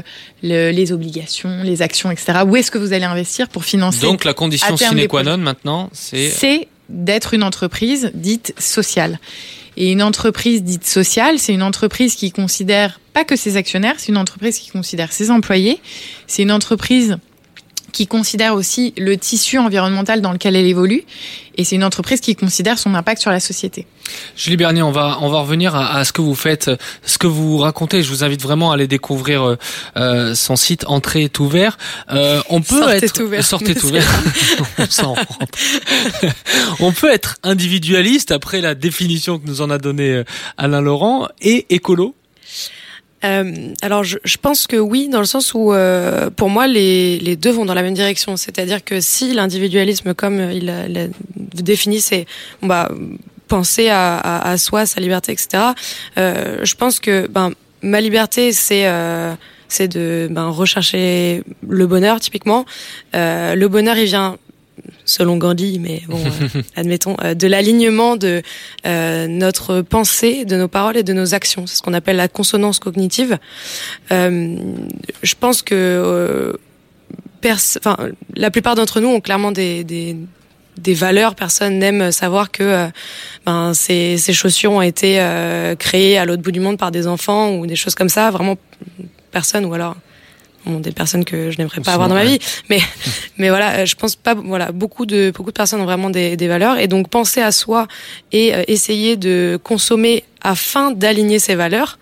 les obligations, les actions, etc. Où est-ce que vous allez investir pour financer? Donc la condition sine qua non maintenant, c'est d'être une entreprise dite sociale. Et une entreprise dite sociale, c'est une entreprise qui considère pas que ses actionnaires, c'est une entreprise qui considère ses employés, c'est une entreprise qui considère aussi le tissu environnemental dans lequel elle évolue, et c'est une entreprise qui considère son impact sur la société. Julie Bernier, on va revenir à ce que vous faites, ce que vous racontez. Je vous invite vraiment à aller découvrir son site. Entrée est ouvert. On peut sortez ouvert. On s'en rend. On peut être individualiste après la définition que nous en a donnée Alain Laurent et écolo. Alors je pense que oui, dans le sens où pour moi les deux vont dans la même direction. C'est-à-dire que si l'individualisme, comme il a défini, c'est penser à soi, sa liberté, etc. Je pense que ma liberté c'est de rechercher le bonheur typiquement. Le bonheur il vient, selon Gandhi, mais bon, admettons, de l'alignement de notre pensée, de nos paroles et de nos actions. C'est ce qu'on appelle la consonance cognitive. Je pense que la plupart d'entre nous ont clairement des valeurs. Personne n'aime savoir que ces chaussures ont été créées à l'autre bout du monde par des enfants ou des choses comme ça. Vraiment, personne, ou alors des personnes que je n'aimerais pas avoir dans ma vie, mais voilà, je pense pas, voilà, beaucoup de personnes ont vraiment des valeurs, et donc penser à soi et essayer de consommer afin d'aligner ses valeurs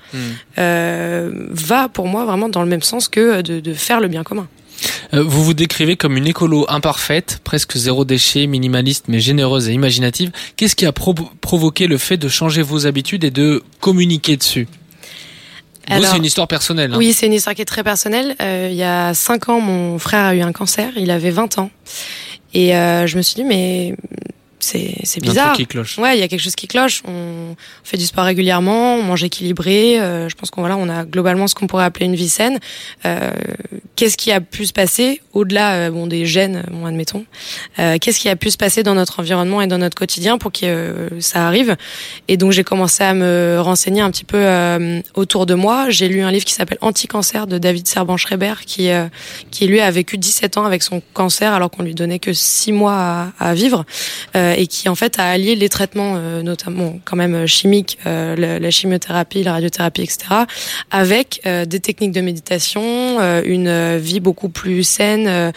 va pour moi vraiment dans le même sens que de faire le bien commun. Vous vous décrivez comme une écolo imparfaite, presque zéro déchet, minimaliste mais généreuse et imaginative. Qu'est-ce qui a provoqué le fait de changer vos habitudes et de communiquer dessus? Alors, c'est une histoire personnelle. Oui, c'est une histoire qui est très personnelle. Il y a 5 ans, mon frère a eu un cancer. Il avait 20 ans. Et je me suis dit, mais c'est bizarre. Il y a un truc qui cloche. Ouais, il y a quelque chose qui cloche. On fait du sport régulièrement, on mange équilibré. Je pense qu'on a globalement ce qu'on pourrait appeler une vie saine. Qu'est-ce qui a pu se passer au-delà des gènes, admettons. Qu'est-ce qui a pu se passer dans notre environnement et dans notre quotidien pour que ça arrive? Et donc j'ai commencé à me renseigner un petit peu autour de moi. J'ai lu un livre qui s'appelle Anti-cancer de David Servan-Schreiber qui lui a vécu 17 ans avec son cancer alors qu'on lui donnait que 6 mois à vivre. Et qui en fait a allié les traitements notamment quand même chimiques, la chimiothérapie, la radiothérapie, etc., avec des techniques de méditation, une vie beaucoup plus saine,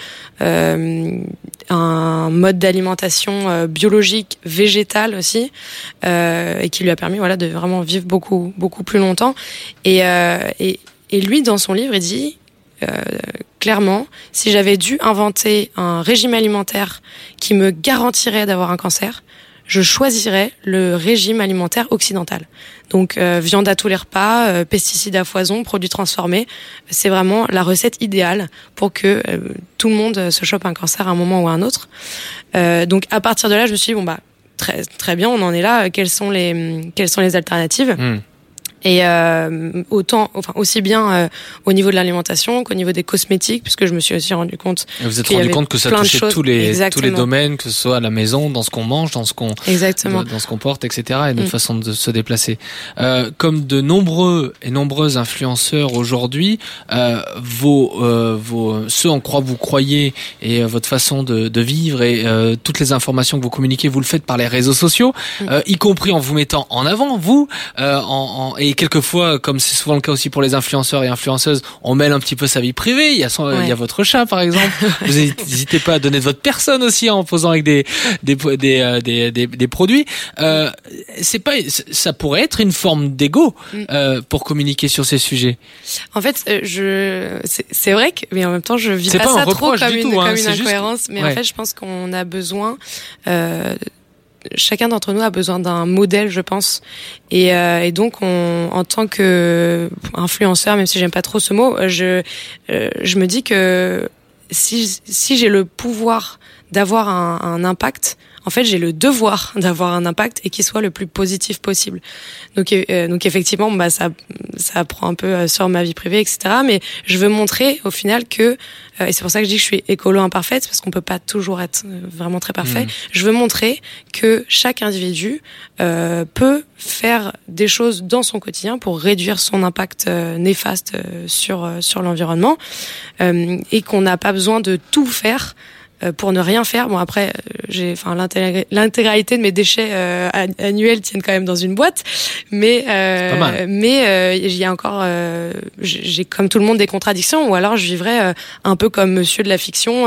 un mode d'alimentation biologique, végétal aussi, et qui lui a permis de vraiment vivre beaucoup plus longtemps. Et lui dans son livre il dit clairement, si j'avais dû inventer un régime alimentaire qui me garantirait d'avoir un cancer, je choisirais le régime alimentaire occidental. Donc viande à tous les repas, pesticides à foison, produits transformés, c'est vraiment la recette idéale pour que tout le monde se chope un cancer à un moment ou à un autre. Donc à partir de là, je me suis dit très très bien, on en est là. Quelles sont les alternatives? Et aussi bien au niveau de l'alimentation qu'au niveau des cosmétiques, puisque je me suis aussi rendu compte. Et vous êtes rendu compte que ça touchait tous les domaines, que ce soit à la maison, dans ce qu'on mange, dans ce qu'on porte, etc. Et notre façon de se déplacer. Comme de nombreux et nombreuses influenceurs aujourd'hui, ce en quoi vous croyez et votre façon de vivre et toutes les informations que vous communiquez, vous le faites par les réseaux sociaux, y compris en vous mettant en avant, vous, et quelquefois, comme c'est souvent le cas aussi pour les influenceurs et influenceuses, on mêle un petit peu sa vie privée. Il y a votre chat, par exemple. Vous n'hésitez pas à donner de votre personne aussi en posant avec des produits. Ça pourrait être une forme d'ego pour communiquer sur ces sujets. En fait, c'est vrai que, mais en même temps, je vis pas ça trop comme une incohérence. Mais en fait, je pense qu'on a besoin. Chacun d'entre nous a besoin d'un modèle, je pense, et donc en tant que influenceur, même si j'aime pas trop ce mot, je me dis que si j'ai le pouvoir d'avoir un impact, en fait, j'ai le devoir d'avoir un impact et qu'il soit le plus positif possible. Donc effectivement, ça prend un peu sur ma vie privée, etc. Mais je veux montrer au final que, et c'est pour ça que je dis que je suis écolo imparfaite, parce qu'on peut pas toujours être vraiment très parfait. Je veux montrer que chaque individu peut faire des choses dans son quotidien pour réduire son impact néfaste sur l'environnement, et qu'on n'a pas besoin de tout faire pour ne rien faire. Bon, après, l'intégralité de mes déchets annuels tiennent quand même dans une boîte, mais il y a encore, j'ai comme tout le monde des contradictions, ou alors je vivrais un peu comme monsieur de la fiction,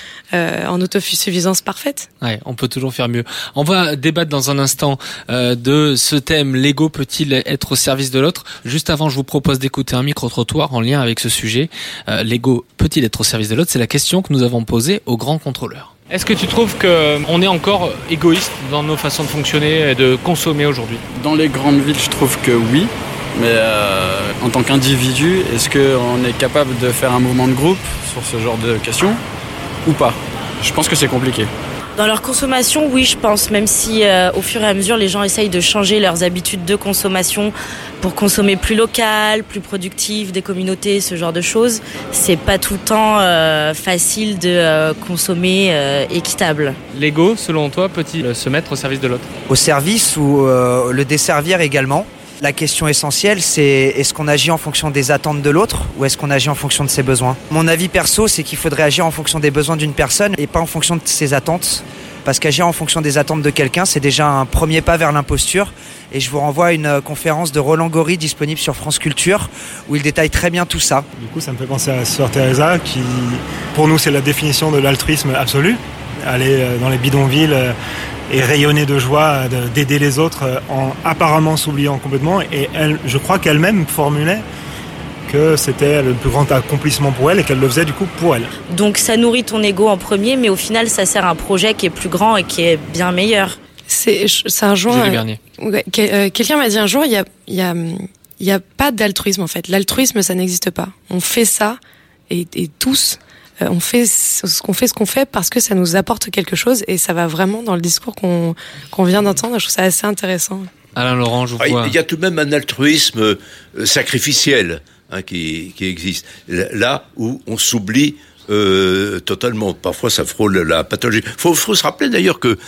en autosuffisance parfaite. Ouais, on peut toujours faire mieux. On va débattre dans un instant de ce thème. L'ego peut-il être au service de l'autre? Juste avant, je vous propose d'écouter un micro-trottoir en lien avec ce sujet. L'ego peut-il être au service de l'autre? C'est la question que nous avons posée au grand contrôleur. Est-ce que tu trouves qu'on est encore égoïste dans nos façons de fonctionner et de consommer aujourd'hui? Dans les grandes villes, je trouve que oui. Mais en tant qu'individu, est-ce qu'on est capable de faire un mouvement de groupe sur ce genre de questions ou pas? Je pense que c'est compliqué. Dans leur consommation, oui, je pense, même si au fur et à mesure, les gens essayent de changer leurs habitudes de consommation pour consommer plus local, plus productif, des communautés, ce genre de choses. C'est pas tout le temps facile de consommer équitable. L'ego, selon toi, peut-il se mettre au service de l'autre? Au service ou le desservir également. La question essentielle, c'est est-ce qu'on agit en fonction des attentes de l'autre ou est-ce qu'on agit en fonction de ses besoins? Mon avis perso, c'est qu'il faudrait agir en fonction des besoins d'une personne et pas en fonction de ses attentes. Parce qu'agir en fonction des attentes de quelqu'un, c'est déjà un premier pas vers l'imposture. Et je vous renvoie à une conférence de Roland Gori disponible sur France Culture où il détaille très bien tout ça. Du coup, ça me fait penser à Sœur Teresa qui, pour nous, c'est la définition de l'altruisme absolu. Aller dans les bidonvilles et rayonner de joie, d'aider les autres en apparemment s'oubliant complètement. Et elle, je crois qu'elle-même formulait que c'était le plus grand accomplissement pour elle et qu'elle le faisait du coup pour elle. Donc ça nourrit ton ego en premier, mais au final ça sert à un projet qui est plus grand et qui est bien meilleur. Ça rejoint. Quelqu'un m'a dit un jour, il y a pas d'altruisme en fait. L'altruisme, ça n'existe pas. On fait ça et tous. On fait ce qu'on fait parce que ça nous apporte quelque chose et ça va vraiment dans le discours qu'on vient d'entendre. Je trouve ça assez intéressant. Alain Laurent, je vous vois. Il y a tout de même un altruisme sacrificiel qui existe. Là où on s'oublie totalement. Parfois, ça frôle la pathologie. Faut se rappeler d'ailleurs que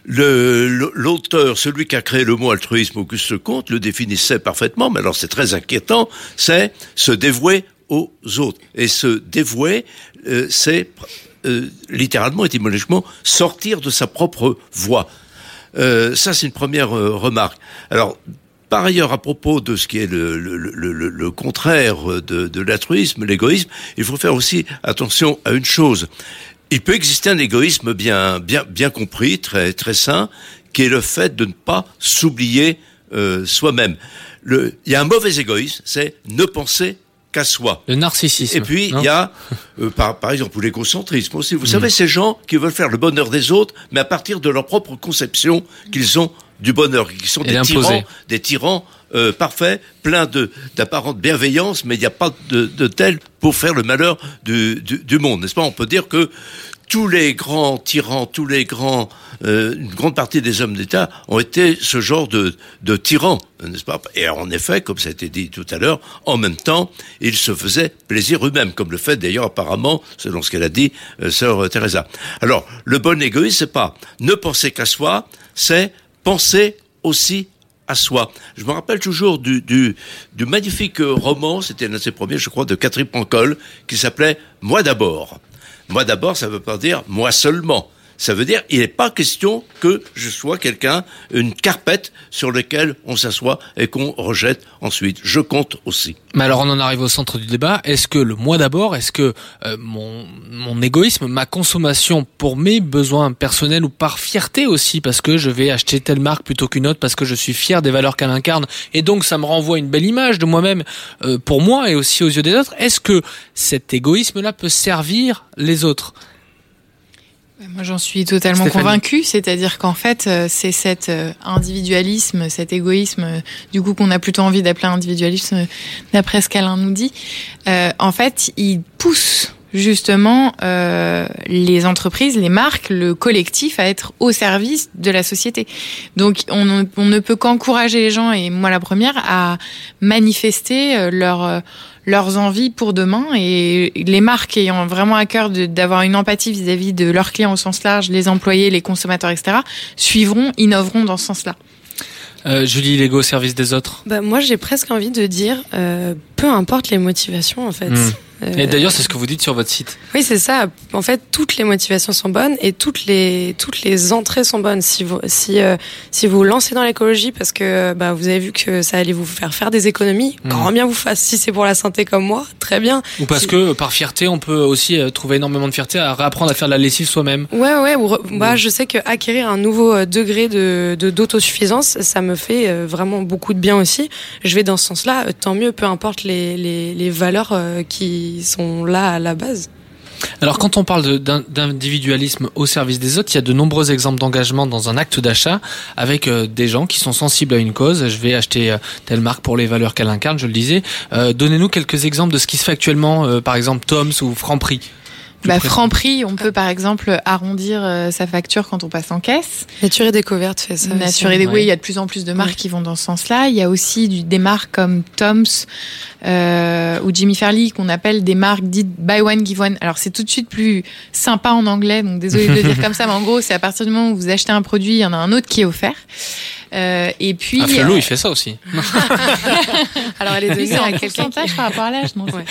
l'auteur, celui qui a créé le mot altruisme, Auguste Comte, le définissait parfaitement, mais alors c'est très inquiétant, c'est se dévouer aux autres. Et se dévouer, c'est littéralement, étymologiquement, sortir de sa propre voie. Ça, c'est une première remarque. Alors, par ailleurs, à propos de ce qui est le contraire de l'altruisme, l'égoïsme, il faut faire aussi attention à une chose. Il peut exister un égoïsme bien compris, très, très sain, qui est le fait de ne pas s'oublier soi-même. Il y a un mauvais égoïsme, c'est ne penser qu'à soi. Le narcissisme. Et puis, il y a, par exemple, l'égocentrisme aussi. Vous savez, ces gens qui veulent faire le bonheur des autres, mais à partir de leur propre conception qu'ils ont du bonheur, qui sont des tyrans parfait, plein d'apparente bienveillance, mais il n'y a pas de tel pour faire le malheur du monde, n'est-ce pas? On peut dire que tous les grands tyrans, une grande partie des hommes d'État ont été ce genre de tyrans, n'est-ce pas? Et en effet, comme ça a été dit tout à l'heure, en même temps, ils se faisaient plaisir eux-mêmes, comme le fait d'ailleurs apparemment, selon ce qu'elle a dit, sœur Teresa. Alors, le bon égoïsme, c'est pas ne penser qu'à soi, c'est penser aussi à soi. Je me rappelle toujours du magnifique roman, c'était l'un de ses premiers, je crois, de Catherine Pancol, qui s'appelait « Moi d'abord ». Moi d'abord, ça veut pas dire moi seulement. Ça veut dire, il n'est pas question que je sois quelqu'un, une carpette sur laquelle on s'assoit et qu'on rejette ensuite. Je compte aussi. Mais alors on en arrive au centre du débat. Est-ce que le moi d'abord, est-ce que mon égoïsme, ma consommation pour mes besoins personnels ou par fierté aussi, parce que je vais acheter telle marque plutôt qu'une autre, parce que je suis fier des valeurs qu'elle incarne, et donc ça me renvoie une belle image de moi-même pour moi et aussi aux yeux des autres, est-ce que cet égoïsme-là peut servir les autres ? Moi, j'en suis totalement convaincue, c'est-à-dire qu'en fait, c'est cet individualisme, cet égoïsme, du coup, qu'on a plutôt envie d'appeler individualisme, d'après ce qu'Alain nous dit. En fait, il pousse justement les entreprises, les marques, le collectif à être au service de la société. Donc, on ne peut qu'encourager les gens, et moi la première, à manifester leurs envies pour demain, et les marques ayant vraiment à cœur d'avoir une empathie vis-à-vis de leurs clients au sens large, les employés, les consommateurs, etc., suivront, innoveront dans ce sens-là. Julie, l'ego au service des autres. Moi, j'ai presque envie de dire, peu importe les motivations, en fait. Et d'ailleurs, c'est ce que vous dites sur votre site. Oui, c'est ça. En fait, toutes les motivations sont bonnes et toutes les entrées sont bonnes. Si vous lancez dans l'écologie parce que vous avez vu que ça allait vous faire des économies, grand bien vous fasse. Si c'est pour la santé comme moi, très bien. Ou parce que par fierté, on peut aussi trouver énormément de fierté à réapprendre à faire de la lessive soi-même. Ouais. Je sais que acquérir un nouveau degré d'autosuffisance, ça me fait vraiment beaucoup de bien aussi. Je vais dans ce sens-là. Tant mieux, peu importe les valeurs qui sont là à la base. Alors quand on parle d'individualisme au service des autres, il y a de nombreux exemples d'engagement dans un acte d'achat avec des gens qui sont sensibles à une cause. Je vais acheter telle marque pour les valeurs qu'elle incarne, je le disais. Donnez-nous quelques exemples de ce qui se fait actuellement, par exemple Toms ou Franprix. Franprix, on peut par exemple arrondir sa facture quand on passe en caisse. Nature et Découverte fait ça. Nature et Découverte, il y a de plus en plus de marques qui vont dans ce sens-là. Il y a aussi des marques comme Toms ou Jimmy Fairley qu'on appelle des marques dites buy one give one. Alors c'est tout de suite plus sympa en anglais, donc désolé de le dire comme ça, mais en gros c'est à partir du moment où vous achetez un produit, il y en a un autre qui est offert. Et puis Flelou, il fait ça aussi. Alors elle est donnée à quelqu'un qui par rapport à l'âge, non? Ouais.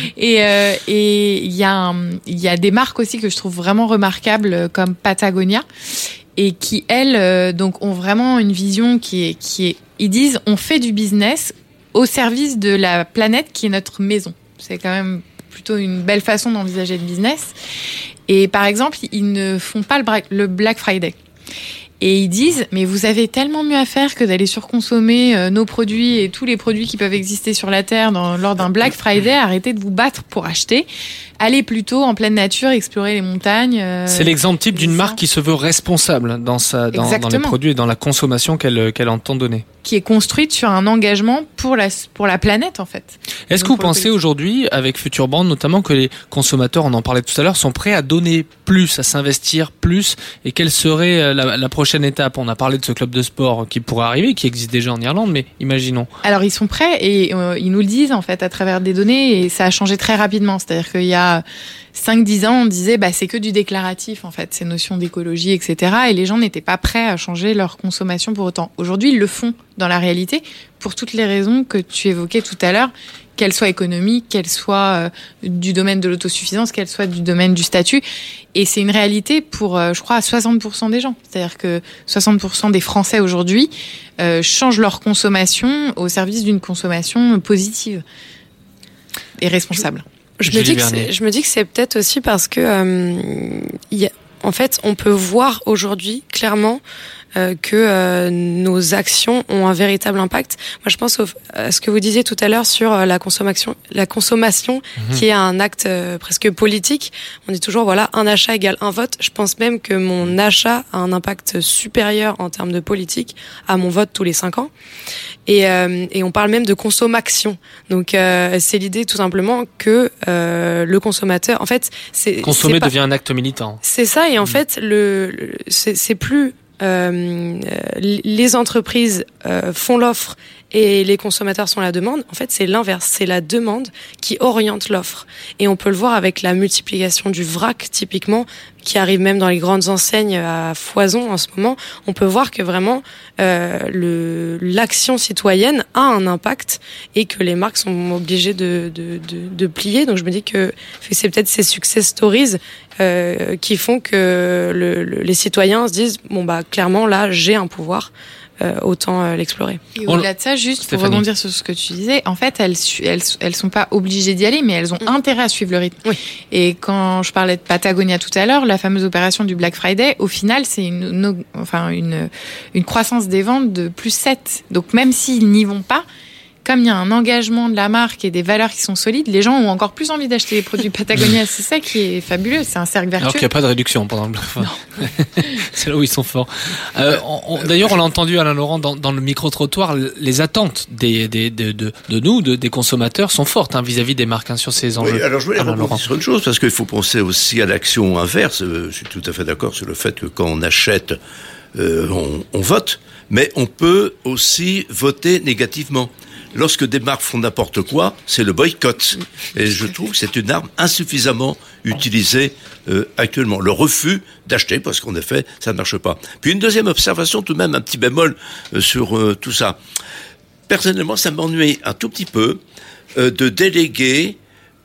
Et il y a des marques aussi que je trouve vraiment remarquables comme Patagonia et qui elles donc ont vraiment une vision qui est ils disent on fait du business au service de la planète qui est notre maison. C'est quand même plutôt une belle façon d'envisager le business. Et par exemple, ils ne font pas le Black Friday. Et ils disent, mais vous avez tellement mieux à faire que d'aller surconsommer nos produits et tous les produits qui peuvent exister sur la Terre lors d'un Black Friday. Arrêtez de vous battre pour acheter. Allez plutôt en pleine nature, explorer les montagnes. C'est l'exemple type d'une marque qui se veut responsable dans les produits et dans la consommation qu'elle entend donner. Qui est construite sur un engagement pour la planète, en fait. Est-ce que vous pensez aujourd'hui, avec Future Brand notamment, que les consommateurs, on en parlait tout à l'heure, sont prêts à donner plus, à s'investir plus, et quelle serait la prochaine étape? On a parlé de ce club de sport qui pourrait arriver, qui existe déjà en Irlande, mais imaginons. Alors ils sont prêts et ils nous le disent en fait à travers des données, et ça a changé très rapidement. C'est-à-dire qu'il y a 5-10 ans, on disait c'est que du déclaratif en fait, ces notions d'écologie, etc. Et les gens n'étaient pas prêts à changer leur consommation pour autant. Aujourd'hui, ils le font dans la réalité pour toutes les raisons que tu évoquais tout à l'heure, qu'elles soient économiques, qu'elles soient du domaine de l'autosuffisance, qu'elles soient du domaine du statut. Et c'est une réalité pour, je crois, 60% des gens. C'est-à-dire que 60% des Français aujourd'hui changent leur consommation au service d'une consommation positive et responsable. Je me dis que c'est peut-être aussi parce que en fait, on peut voir aujourd'hui clairement que nos actions ont un véritable impact. Moi, je pense à ce que vous disiez tout à l'heure sur la consommation qui est un acte presque politique. On dit toujours, voilà, un achat égale un vote. Je pense même que mon achat a un impact supérieur en termes de politique à mon vote tous les 5 ans. Et on parle même de consommation. Donc, c'est l'idée tout simplement que le consommateur, en fait, consommer devient un acte militant. C'est ça, et en fait, c'est plus les entreprises font l'offre et les consommateurs sont la demande. En fait, c'est l'inverse, c'est la demande qui oriente l'offre. Et on peut le voir avec la multiplication du vrac, typiquement, qui arrive même dans les grandes enseignes à foison en ce moment. On peut voir que vraiment l'action citoyenne a un impact et que les marques sont obligées de plier. Donc je me dis que c'est peut-être ces success stories qui font que les citoyens se disent bon bah clairement là j'ai un pouvoir. Autant l'explorer. Et au-delà de ça, juste pour rebondir sur ce que tu disais, en fait, elles sont pas obligées d'y aller, mais elles ont intérêt à suivre le rythme. Oui. Et quand je parlais de Patagonia tout à l'heure, la fameuse opération du Black Friday, au final, c'est une croissance des ventes de plus 7. Donc même s'ils n'y vont pas, comme il y a un engagement de la marque et des valeurs qui sont solides, les gens ont encore plus envie d'acheter les produits Patagonia. C'est ça qui est fabuleux, c'est un cercle vertueux. Alors qu'il n'y a pas de réduction pendant le Black Friday. C'est là où ils sont forts. D'ailleurs, on l'a entendu, Alain Laurent, dans le micro-trottoir, les attentes des consommateurs sont fortes vis-à-vis des marques sur ces enjeux. Oui, alors je voulais rebondir sur une chose, parce qu'il faut penser aussi à l'action inverse. Je suis tout à fait d'accord sur le fait que quand on achète, on vote, mais on peut aussi voter négativement. Lorsque des marques font n'importe quoi, c'est le boycott. Et je trouve que c'est une arme insuffisamment utilisée actuellement. Le refus d'acheter, parce qu'en effet, ça ne marche pas. Puis une deuxième observation, tout de même un petit bémol sur tout ça. Personnellement, ça m'ennuie un tout petit peu de déléguer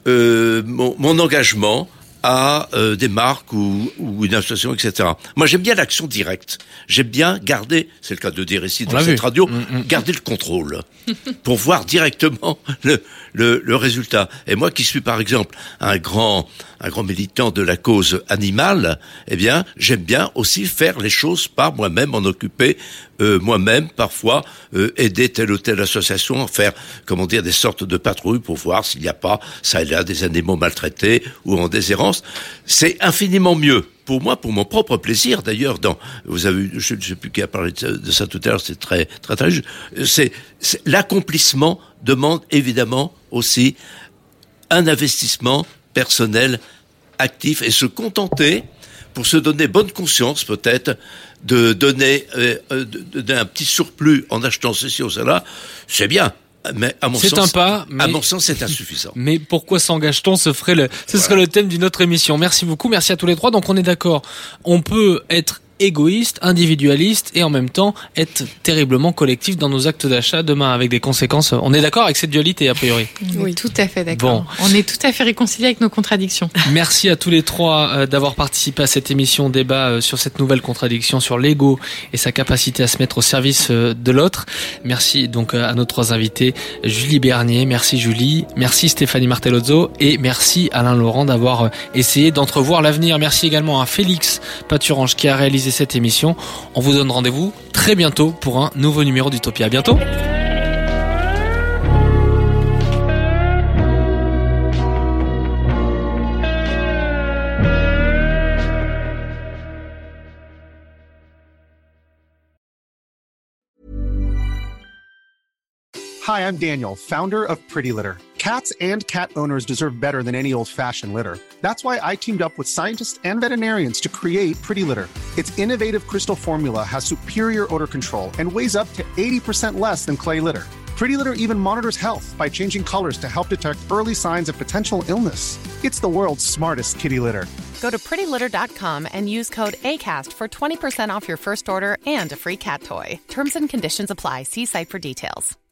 mon engagement à des marques ou une association, etc. Moi, j'aime bien l'action directe. J'aime bien garder, c'est le cas de dire ici dans cette radio, garder le contrôle pour voir directement le résultat. Et moi, qui suis par exemple un grand militant de la cause animale, eh bien, j'aime bien aussi faire les choses par moi-même, m'en occuper moi-même, parfois aider telle ou telle association à faire, des sortes de patrouilles pour voir s'il n'y a pas, ça et là, des animaux maltraités ou en déshérence. C'est infiniment mieux. Pour moi, pour mon propre plaisir, d'ailleurs, vous avez eu, je ne sais plus qui a parlé de ça tout à l'heure, c'est très, très, très juste. C'est l'accomplissement demande évidemment aussi un investissement personnel actif et se contenter, pour se donner bonne conscience peut-être, de donner un petit surplus en achetant ceci ou cela, c'est bien. Mais à mon sens, c'est insuffisant. Mais pourquoi s'engage-t-on? Ce serait le thème d'une autre émission. Merci beaucoup, merci à tous les trois. Donc on est d'accord, on peut être égoïste, individualiste et en même temps être terriblement collectif dans nos actes d'achat demain avec des conséquences. On est d'accord avec cette dualité a priori? Oui, tout à fait d'accord. Bon. On est tout à fait réconciliés avec nos contradictions. Merci à tous les trois d'avoir participé à cette émission débat sur cette nouvelle contradiction sur l'ego et sa capacité à se mettre au service de l'autre. Merci donc à nos trois invités, Julie Bernier, merci Julie, merci Stéphanie Martellozzo et merci Alain Laurent d'avoir essayé d'entrevoir l'avenir. Merci également à Félix Paturange qui a réalisé cette émission. On vous donne rendez-vous très bientôt pour un nouveau numéro d'Utopia. À bientôt. Hi, I'm Daniel, founder of Pretty Litter. Cats and cat owners deserve better than any old-fashioned litter. That's why I teamed up with scientists and veterinarians to create Pretty Litter. Its innovative crystal formula has superior odor control and weighs up to 80% less than clay litter. Pretty Litter even monitors health by changing colors to help detect early signs of potential illness. It's the world's smartest kitty litter. Go to prettylitter.com and use code ACAST for 20% off your first order and a free cat toy. Terms and conditions apply. See site for details.